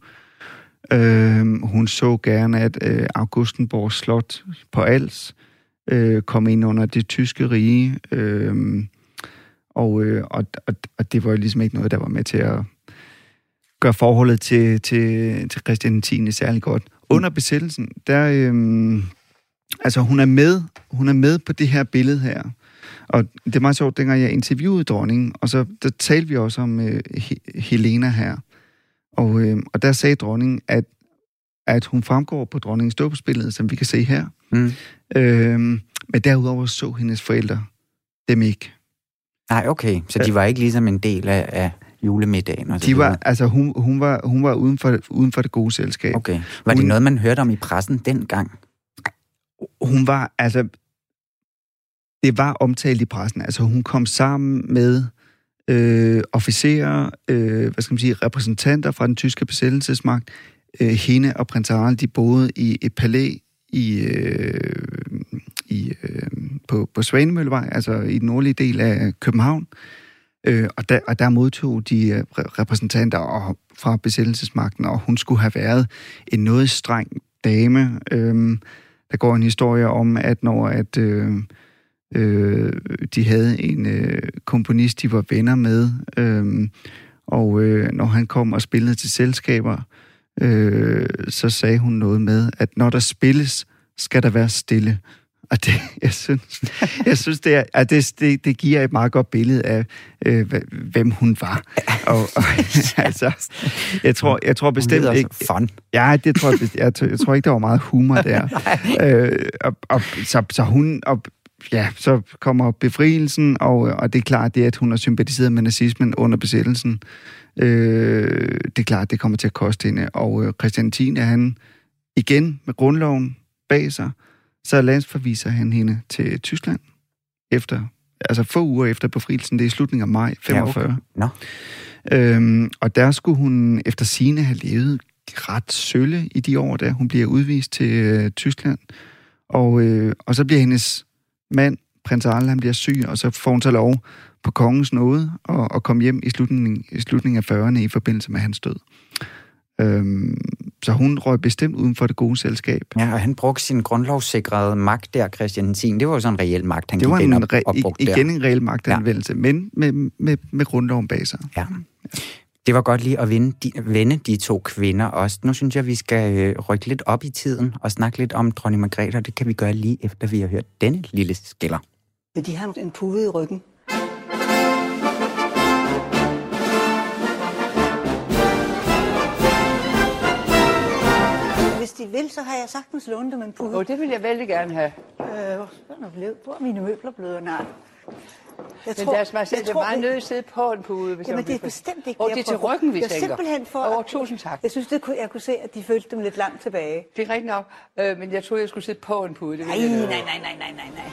Øh, hun så gerne, at øh, Augustenborg Slot på Als øh, kom ind under det tyske rige. Øh, og, øh, og, og, og det var jo ligesom ikke noget, der var med til at gøre forholdet til, til, til Christian den tiende særlig godt. Under besættelsen, der... Øh, altså, hun er med, hun er med på det her billede her. Og det er meget sjovt, dengang jeg interviewede dronningen, og så der talte vi også om øh, Helena her. Og, øh, og der sagde dronningen, at, at hun fremgår på dronningens dåbsbillede, som vi kan se her. Mm. Øh, men derudover så hendes forældre dem ikke. Nej, okay. Så de var ikke ligesom en del af, af julemiddagen? Og så de var, altså hun, hun var, hun var uden for, uden for det gode selskab. Okay. Var hun, det noget, man hørte om i pressen dengang? Hun var, altså... Det var omtalt i pressen. Altså, hun kom sammen med øh, officerer, øh, hvad skal man sige, repræsentanter fra den tyske besættelsesmagt. Øh, hende og prins Harald, de boede i et palæ i, øh, i, øh, på, på Svanemøllevej, altså i den nordlige del af København. Øh, og, der, og der modtog de øh, repræsentanter og, fra besættelsesmagten, og hun skulle have været en noget streng dame. Øh, der går en historie om, at når at... Øh, Øh, de havde en øh, komponist, de var venner med, øh, og øh, når han kom og spillede til selskaber, øh, så sagde hun noget med, at når der spilles, skal der være stille. Og det, jeg synes, jeg synes det, er, at det, det, det giver et meget godt billede af, øh, hvem hun var. Og, og altså, jeg tror, jeg tror bestemt ikke... Fun. Ja, det tror jeg, jeg, jeg tror ikke, der var meget humor der. øh, og, og, så, så hun... Og, ja, så kommer befrielsen, og, og det er klart, det at hun har sympatiseret med nazismen under besættelsen. Øh, det er klart, det kommer til at koste hende. Og øh, Christian den tiende, han igen med grundloven bag sig, så landsforviser han hende til Tyskland efter, altså få uger efter befrielsen. Det er i slutningen af maj femogfyrre. Ja, okay. no. øhm, og der skulle hun efter sigende have levet ret sølle i de år, da hun bliver udvist til øh, Tyskland. Og, øh, og så bliver hendes mand, prins Harald, han bliver syg, og så får hun så lov på kongens nåde og, og komme hjem i slutningen, i slutningen af fyrrerne i forbindelse med hans død. Øhm, så hun røg bestemt uden for det gode selskab. Ja, og han brugte sin grundlovssikrede magt der, Christian X. Det var jo sådan en reel magt, han det gik ind og, re- og brugte der. Igen en reel magtanvendelse, ja. men med, med, med grundloven bag sig. Ja. Det var godt lige at vende de, vende de to kvinder også. Nu synes jeg, vi skal øh, rykke lidt op i tiden og snakke lidt om dronning Margrethe, og det kan vi gøre lige efter, vi har hørt denne lille skiller. De har en pude i ryggen. Hvis de vil, så har jeg sagtens lånt dem en pude. Åh, oh, det vil jeg vældig gerne have. Øh, hvor er mine møbler blevet? Nej. Jeg men tror, deres majestæt, det er meget nødt til at sidde på en pude. Hvis jamen, det er bestemt ikke og det er til ryggen, vi tænker. tænker. Simpelthen for... Åh, oh, tusind tak. Jeg synes, det kunne, jeg kunne se, at de følte dem lidt langt tilbage. Det er rigtigt nok, øh, men jeg troede, jeg skulle sidde på en pude. Det nej, nej, nej, nej, nej, nej, nej.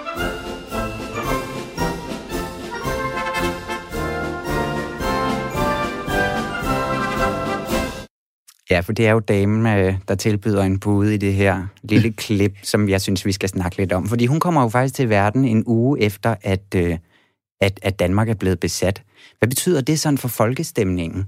Ja, for det er jo damen, der tilbyder en pude i det her lille klip, som jeg synes, vi skal snakke lidt om. Fordi hun kommer jo faktisk til verden en uge efter, at, at, at Danmark er blevet besat. Hvad betyder det sådan for folkestemningen?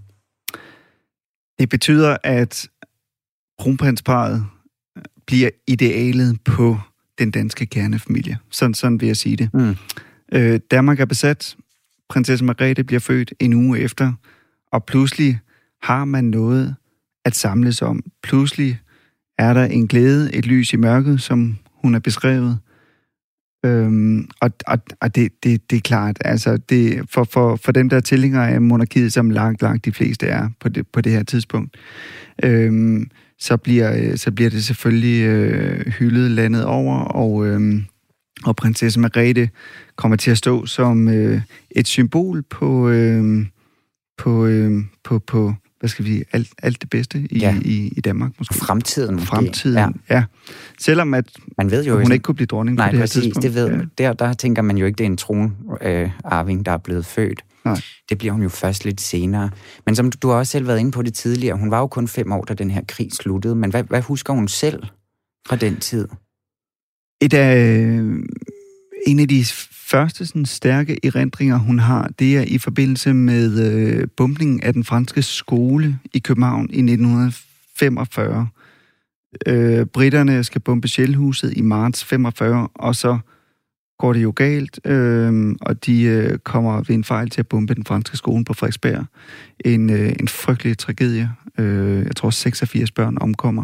Det betyder, at kronprinsparret bliver idealet på den danske kernefamilie. Sådan, sådan vil jeg sige det. Mm. Øh, Danmark er besat. Prinsesse Margrethe bliver født en uge efter. Og pludselig har man noget at samles om. Pludselig er der en glæde, et lys i mørket, som hun har beskrevet. Øhm, og og, og det, det, det er klart, altså det, for, for, for dem, der er tilhængere af monarkiet, som langt, langt de fleste er på det, på det her tidspunkt, øhm, så, bliver, så bliver det selvfølgelig øh, hyldet landet over, og, øh, og prinsesse Margrethe kommer til at stå som øh, et symbol på, øh, på, øh, på, på hvad skal vi sige, alt, alt det bedste i, ja. i, i Danmark. Måske. Fremtiden. Fremtiden, ja. ja. Selvom at man ved jo hun sådan, ikke kunne blive dronning nej, på det her præcis, tidspunkt. Det ved, ja. der, der tænker man jo ikke, det er en tronarving, øh, der er blevet født. Nej. Det bliver hun jo først lidt senere. Men som du, du har også selv været inde på det tidligere, hun var jo kun fem år, da den her krig sluttede. Men hvad, hvad husker hun selv fra den tid? Et af, en af de første sådan, stærke erindringer, hun har, det er i forbindelse med øh, bombningen af den franske skole i København i nitten femogfyrre. Øh, britterne skal bombe Shellhuset i marts femogfyrre, og så går det jo galt, øh, og de øh, kommer ved en fejl til at bombe den franske skole på Frederiksberg. En, øh, en frygtelig tragedie. Øh, jeg tror, seksogfirs børn omkommer.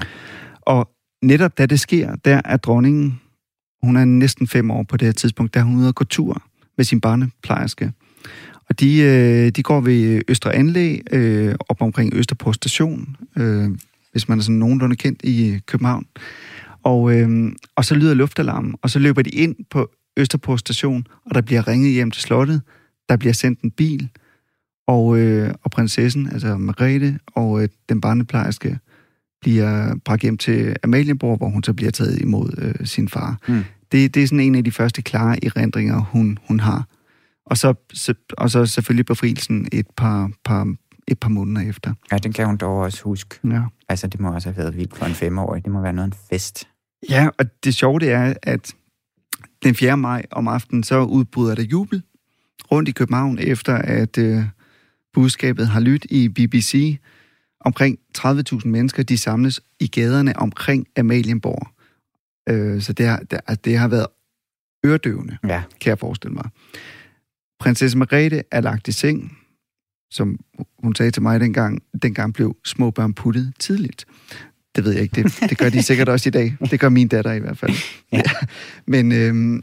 Og netop da det sker, der er dronningen, hun er næsten fem år på det her tidspunkt, der er hun ude at gå tur med sin barneplejerske. Og de, øh, de går ved Østre Anlæg, øh, op omkring Østerport Station, øh, hvis man er sådan nogenlunde kendt i København. Og, øh, og så lyder luftalarmen, og så løber de ind på Østerport Station, og der bliver ringet hjem til slottet. Der bliver sendt en bil, og, øh, og prinsessen, altså Margrethe, og øh, den barneplejerske bliver bragt hjem til Amalienborg, hvor hun så bliver taget imod øh, sin far. Mm. Det, det er sådan en af de første klare erindringer, hun, hun har. Og så, så, og så selvfølgelig befrielsen et par, par, et par måneder efter. Ja, den kan hun dog også huske. Ja. Altså, det må også have været vildt for en femårig. Det må være noget en fest. Ja, og det sjove det er, at den fjerde maj om aftenen, så udbryder der jubel rundt i København, efter at øh, budskabet har lyttet i B B C. Omkring tredive tusind mennesker, de samles i gaderne omkring Amalienborg. Øh, så det har, det, det har været øredøvende, ja. Kan jeg forestille mig. Prinsesse Margrethe er lagt i seng, som hun sagde til mig dengang, dengang blev små børn puttet tidligt. Det ved jeg ikke, det, det gør de sikkert også i dag. Det gør min datter i hvert fald. Ja. Men øhm,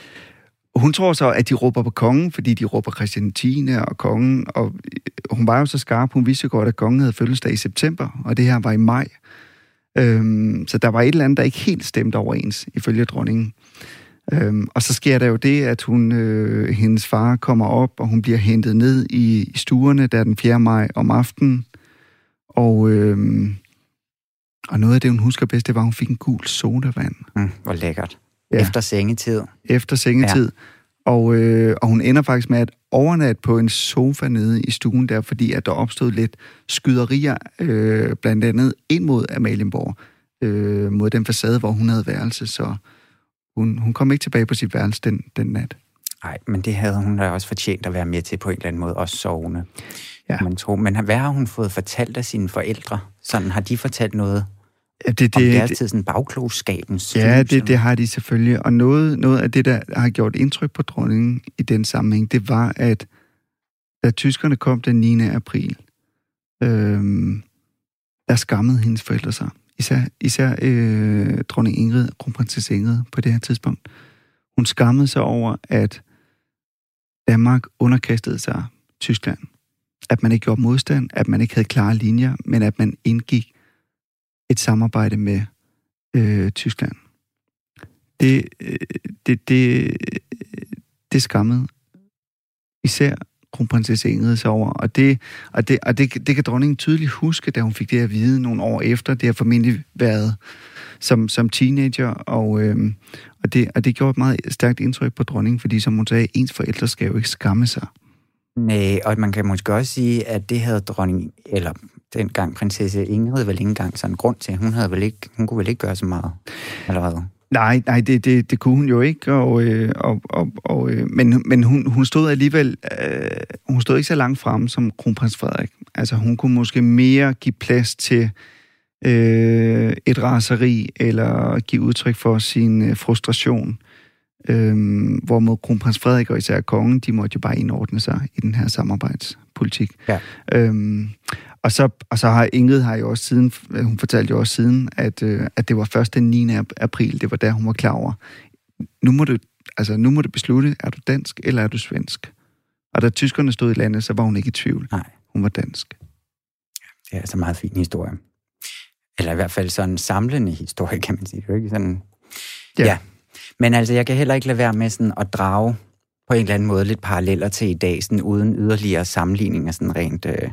hun tror så, at de råber på kongen, fordi de råber Christian tiende og kongen, og hun var jo så skarp, hun vidste godt, at kongen havde fødselsdag i september, og det her var i maj. Øhm, så der var et eller andet, der ikke helt stemte overens, ifølge dronningen. Øhm, og så sker der jo det, at hun, øh, hendes far kommer op, og hun bliver hentet ned i, i stuerne, der den fjerde maj om aftenen. Og, øh, og noget af det, hun husker bedst, det var, at hun fik en gul sodavand. Mm, hvor lækkert. Ja. Efter sengetid. Efter sengetid. Ja. Og, øh, og hun ender faktisk med at overnatte på en sofa nede i stuen der, fordi at der opstod lidt skyderier, øh, blandt andet ind mod Amalienborg, øh, mod den facade, hvor hun havde værelse, så hun, hun kom ikke tilbage på sit værelse den, den nat. Nej, men det havde hun da også fortjent at være med til på en eller anden måde, også sovende. Ja. Man tror. Men hvad har hun fået fortalt af sine forældre? Sådan, har de fortalt noget ja, det, det, om deres det, tid, sådan bagklogskabens? Ja, det, det har de selvfølgelig. Og noget, noget af det, der har gjort indtryk på dronningen i den sammenhæng, det var, at da tyskerne kom den niende april, øhm, der skammede hendes forældre sig. Især, især øh, dronning Ingrid, kronprinsesse Ingrid på det her tidspunkt. Hun skammede sig over, at Danmark underkastede sig Tyskland. At man ikke gjorde modstand, at man ikke havde klare linjer, men at man indgik et samarbejde med øh, Tyskland. Det, øh, det, det, det skammede især kronprinsesse Ingrid sig over. Og, det, og, det, og det, det kan dronningen tydeligt huske, da hun fik det at vide nogle år efter. Det har formentlig været som, som teenager, og, øh, og, det, og det gjorde et meget stærkt indtryk på dronningen, fordi som hun sagde, ens forældre skal jo ikke skamme sig. Nej, og man kan måske også sige, at det havde dronning, eller dengang prinsesse Ingrid vel ikke engang sådan en grund til. Hun, havde vel ikke, hun kunne vel ikke gøre så meget allerede. Nej, nej, det, det, det kunne hun jo ikke, og, og, og, og, men, men hun, hun stod alligevel, øh, hun stod ikke så langt fremme som kronprins Frederik. Altså hun kunne måske mere give plads til øh, et raseri, eller give udtryk for sin øh, frustration. Øhm, hvorimod kronprins Frederik og især kongen, de måtte jo bare indordne sig i den her samarbejdspolitik. Ja. Øhm, og, så, og så har Ingrid har jo også siden, hun fortalte jo også siden, at, øh, at det var først den niende april, det var der hun var klar over. Nu må du, altså, nu må du beslutte, er du dansk eller er du svensk? Og da tyskerne stod i landet, så var hun ikke i tvivl. Nej. Hun var dansk. Det er altså en meget fin historie. Eller i hvert fald sådan en samlende historie, kan man sige. Det er jo ikke sådan... Ja. ja. Men altså, jeg kan heller ikke lade være med sådan at drage på en eller anden måde lidt paralleller til i dag, sådan uden yderligere sammenligninger, sådan rent, øh,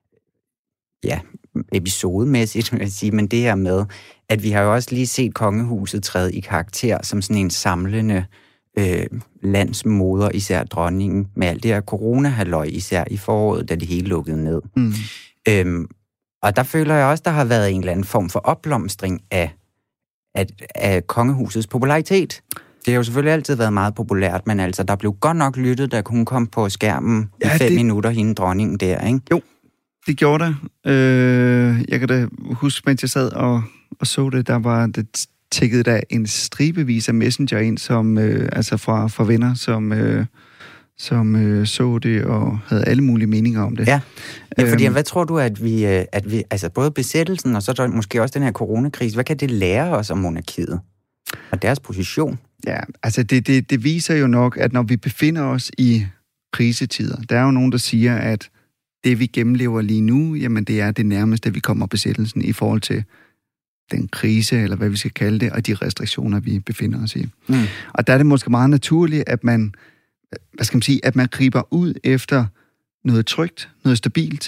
ja, episodemæssigt, vil jeg sige, men det her med, at vi har jo også lige set kongehuset træde i karakter som sådan en samlende øh, landsmoder, især dronningen, med alt det her corona-halløj, især i foråret, da det hele lukkede ned. Mm. Øhm, og der føler jeg også, der har været en eller anden form for opblomstring af Af, af kongehusets popularitet. Det har jo selvfølgelig altid været meget populært, men altså, der blev godt nok lyttet, da hun kom på skærmen ja, i fem det... minutter, hende dronningen der, ikke? Jo, det gjorde der. Øh, jeg kan da huske, mens jeg sad og, og så det, der var det tækket der en stribevis af messenger ind, som, øh, altså fra, fra venner, som... Øh, som øh, så det og havde alle mulige meninger om det. Ja, ja fordi øhm, hvad tror du, at vi, at vi, altså både besættelsen og så der måske også den her coronakrise, hvad kan det lære os om monarkiet og deres position? Ja, altså det, det, det viser jo nok, at når vi befinder os i krisetider, der er jo nogen, der siger, at det vi gennemlever lige nu, jamen det er det nærmeste, vi kommer besættelsen i forhold til den krise, eller hvad vi skal kalde det, og de restriktioner, vi befinder os i. Mm. Og der er det måske meget naturligt, at man hvad skal man sige, at man griber ud efter noget trygt, noget stabilt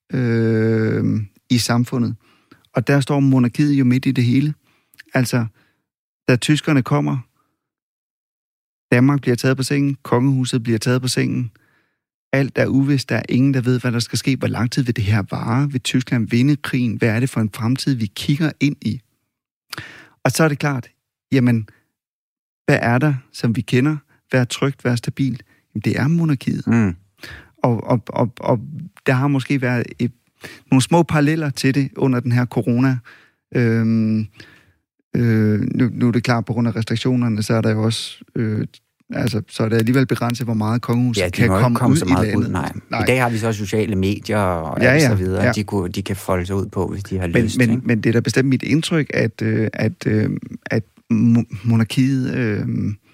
øh, i samfundet. Og der står monarkiet jo midt i det hele. Altså, da tyskerne kommer, Danmark bliver taget på sengen, kongehuset bliver taget på sengen, alt er uvist, der er ingen, der ved, hvad der skal ske, hvor lang tid vil det her vare, vil Tyskland vinde krigen, hvad er det for en fremtid, vi kigger ind i? Og så er det klart, jamen, hvad er der, som vi kender? Være trygt, være stabilt, det er monarkiet. Mm. Og, og, og, og der har måske været et, nogle små paralleller til det under den her corona. Øhm, øh, nu, nu er det klart, på grund af restriktionerne, så er der jo også, øh, altså, så er det alligevel begrænset, hvor meget kongehuset ja, kan komme, komme ud så meget i landet. Ud, nej. nej. I dag har vi så sociale medier og ja, alt ja, så videre, ja. de, kunne, de kan folde sig ud på, hvis de har men, lyst. Men, ikke? men det er da bestemt mit indtryk, at, øh, at, øh, at monarkiet... Øh,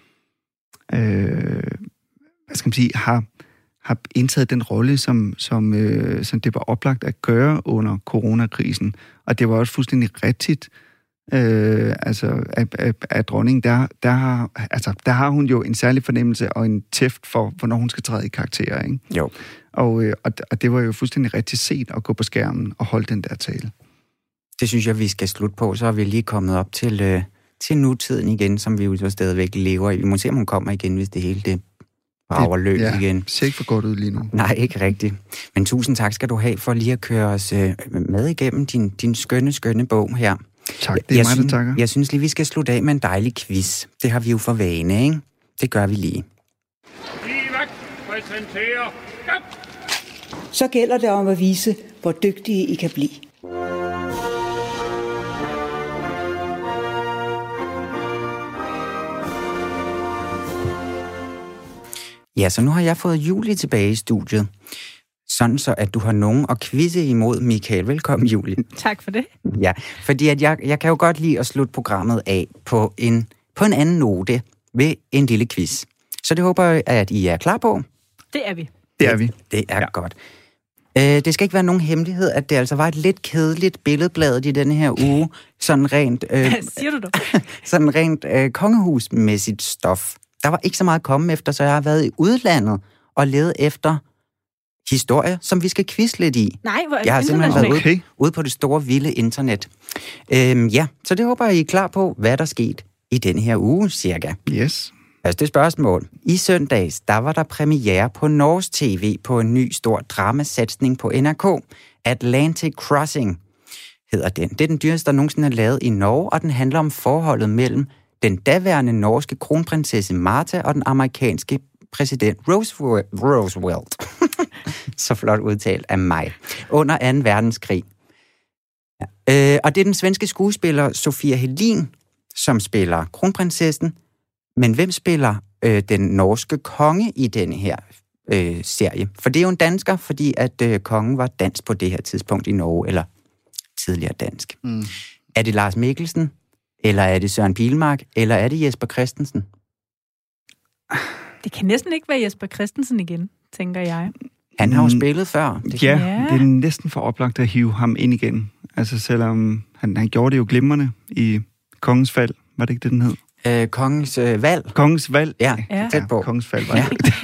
øh, hvad skal man sige, har, har indtaget den rolle, som, som, øh, som det var oplagt at gøre under coronakrisen. Og det var også fuldstændig rigtigt, øh, altså, at, at, at dronningen, der, der, har, altså, der har hun jo en særlig fornemmelse og en tæft for, hvornår hun skal træde i karakter, ikke? Jo. Og, øh, og, og det var jo fuldstændig rigtigt set at gå på skærmen og holde den der tale. Det synes jeg, vi skal slutte på. Så er vi lige kommet op til, øh, til nutiden igen, som vi jo så stadigvæk lever i. Vi må se, om hun kommer igen, hvis det hele det brager løs ja, igen. Det ser ikke for godt ud lige nu. Nej, ikke rigtigt. Men tusind tak skal du have for lige at køre os øh, med igennem din, din skønne, skønne bog her. Tak, det er jeg mig, synes, der takker. Jeg synes lige, vi skal slutte af med en dejlig quiz. Det har vi jo for vane, ikke? Det gør vi lige. Livac præsenterer... så gælder det om at vise, hvor dygtige I kan blive. Ja, så nu har jeg fået Julie tilbage i studiet. Sådan så, at du har nogen at quizze imod, Michael. Velkommen, Julie. Tak for det. Ja, fordi at jeg, jeg kan jo godt lide at slutte programmet af på en, på en anden note ved en lille quiz. Så det håber jeg, at I er klar på. Det er vi. Det er vi. Det er ja. godt. Øh, det skal ikke være nogen hemmelighed, at det altså var et lidt kedeligt billedblad i denne her uge. Sådan rent... Øh, Hvad siger du da? sådan rent øh, kongehusmæssigt stof. Der var ikke så meget at komme efter, så jeg har været i udlandet og levet efter historier, som vi skal quizze lidt i. Nej, hvor er det Jeg har simpelthen været okay. ude, ude på det store, vilde internet. Øhm, ja, så det håber jeg, I er klar på, hvad der skete i denne her uge, cirka. Yes. Første spørgsmål. I søndags, der var der premiere på Norges T V på en ny stor dramasatsning på N R K. Atlantic Crossing hedder den. Det er den dyreste, der nogensinde er lavet i Norge, og den handler om forholdet mellem den daværende norske kronprinsesse Martha og den amerikanske præsident Roosevelt. Så flot udtalt af mig. Under anden verdenskrig. Ja. Øh, og det er den svenske skuespiller Sofia Helin, som spiller kronprinsessen. Men hvem spiller øh, den norske konge i denne her øh, serie? For det er jo en dansker, fordi at øh, kongen var dansk på det her tidspunkt i Norge, eller tidligere dansk. Mm. Er det Lars Mikkelsen? Eller er det Søren Pilmark? Eller er det Jesper Christensen? Det kan næsten ikke være Jesper Christensen igen, tænker jeg. Han har jo spillet før. Det ja, ja, det er næsten for oplagt at hive ham ind igen. Altså selvom han, han gjorde det jo glimrende i Kongens Fald. Var det ikke det, den hed? Øh, kongens øh, valg. Kongens Valg. Ja, ja. Tæt på. Kongens Fald var det.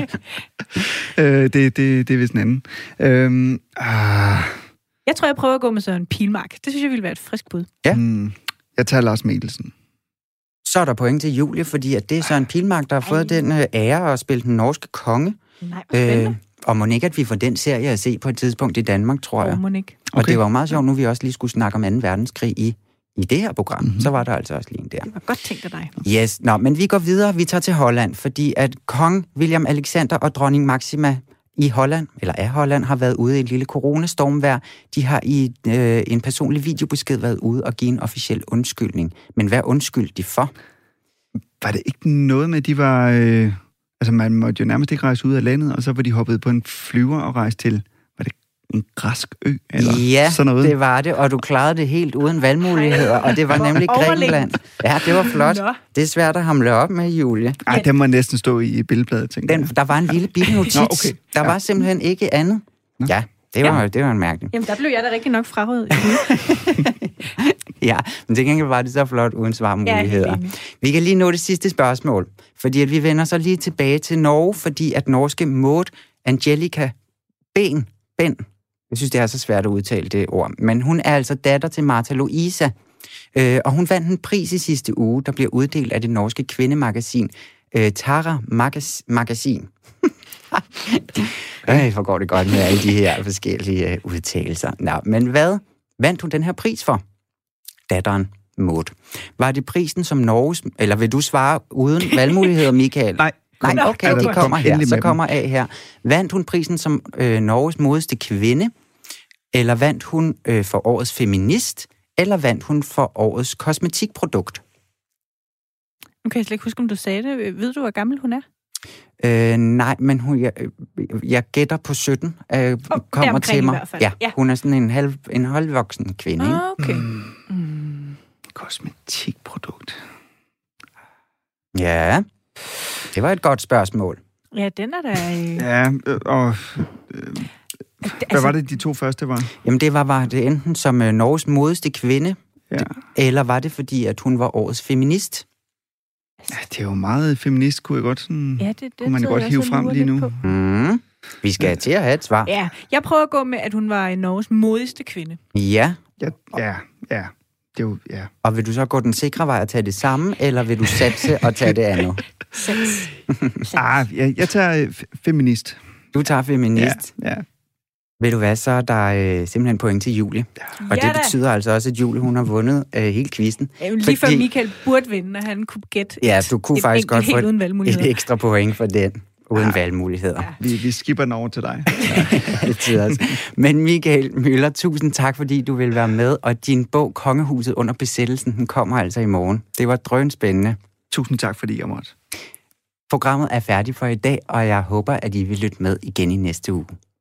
Ja. øh, det, det, det er vist en anden. Øhm, ah. Jeg tror, jeg prøver at gå med Søren Pilmark. Det synes jeg ville være et frisk bud. Ja. Mm, jeg tager Lars Mikkelsen. Så er der point til Julie, fordi at det er Søren Pilmark, der har fået Ej. den øh, ære at spille den norske konge. Nej, hvor spændende. Øh, og må ikke, at vi får den serie at se på et tidspunkt i Danmark, tror jeg. Oh, må ikke. Og okay. Det var meget sjovt, nu vi også lige skulle snakke om anden verdenskrig i, i det her program. Mm-hmm. Så var der altså også lige en der. Det var godt tænkt af dig. Yes, nå, men vi går videre. Vi tager til Holland, fordi at kong William Alexander og dronning Maxima i Holland, eller af Holland, har været ude i et lille coronastormvejr. De har i øh, en personlig videobesked været ude og give en officiel undskyldning. Men hvad undskyldte de for? Var det ikke noget med, at de var... Øh, altså, man måtte jo nærmest ikke rejse ud af landet, og så var de hoppet på en flyver og rejst til... Var det en græsk ø, eller ja, sådan noget? Det var det, og du klarede det helt uden valgmuligheder, og det var nemlig Grækenland. Ja, det var flot. Nå. Det er svært at hamle op med, Julie. Ej, den må næsten stå i billedbladet, tænker den, Der var en lille bitte notits. Nå, okay. Der ja. var simpelthen ikke andet. Nå. Ja, det var, det var en mærkning. Jamen, der blev jeg da rigtig nok frarøvet. Ja, men det gengæld var det så flot uden svarmuligheder. Ja, vi kan lige nå det sidste spørgsmål, fordi at vi vender så lige tilbage til Norge, fordi at norske Maud Angelica Ben, Ben, jeg synes, det er så svært at udtale det ord, men hun er altså datter til Martha Louisa, øh, og hun vandt en pris i sidste uge, der bliver uddelt af det norske kvindemagasin øh, Tara Magas- Magasin. Øj, hvor går det godt med alle de her forskellige øh, udtalelser. Nå, men hvad vandt hun den her pris for? Datteren Maud. Var det prisen som Norges... Eller vil du svare uden valgmuligheder, Michael? Nej. Nej, okay, de kommer her. Så kommer af her. Vandt hun prisen som øh, Norges modigste kvinde? Eller vandt hun øh, for årets feminist? Eller vandt hun for årets kosmetikprodukt? Nu kan jeg slet ikke huske, om du sagde det. Ved du, hvor gammel hun er? Øh, nej, men hun, jeg, jeg gætter på sytten. Øh, oh, kommer til mig. Ja, ja, hun er sådan en, halv, en halvvoksen kvinde. Ah, okay. Mm. Mm. Kosmetikprodukt. Ja, det var et godt spørgsmål. Ja, den er da... Øh... Ja, øh, og... Øh, hvad altså, var det, de to første var? Jamen, det var, var det enten som øh, Norges modigste kvinde, ja. det, eller var det fordi, at hun var årets feminist? Ja, det er jo meget feminist, kunne jeg godt sådan... Ja, det, det kunne man godt hive frem lige nu. Mm. Vi skal ja. til at have et svar. Ja, jeg prøver at gå med, at hun var Norges modigste kvinde. Ja. Ja, ja, ja. Det er jo, ja. Og vil du så gå den sikre vej at tage det samme, eller vil du satse og tage det andet? Sats. ah, jeg, jeg tager f- feminist. Du tager feminist? Ja, ja. Ved du hvad, så er der øh, simpelthen point til Julie. Ja. Og ja, det betyder altså også, at Julie, hun har vundet øh, hele quizzen. Jamen, lige før Michael burde vinde, og han kunne gætte ja, du kunne et, faktisk et, godt et, få et, et ekstra point for den. uden ja. valgmuligheder. Ja. Vi, vi skipper den over til dig. Ja. Men Michael Møller, tusind tak, fordi du vil være med, og din bog Kongehuset under besættelsen, den kommer altså i morgen. Det var drønspændende. Tusind tak, fordi jeg måtte. Programmet er færdigt for i dag, og jeg håber, at I vil lytte med igen i næste uge.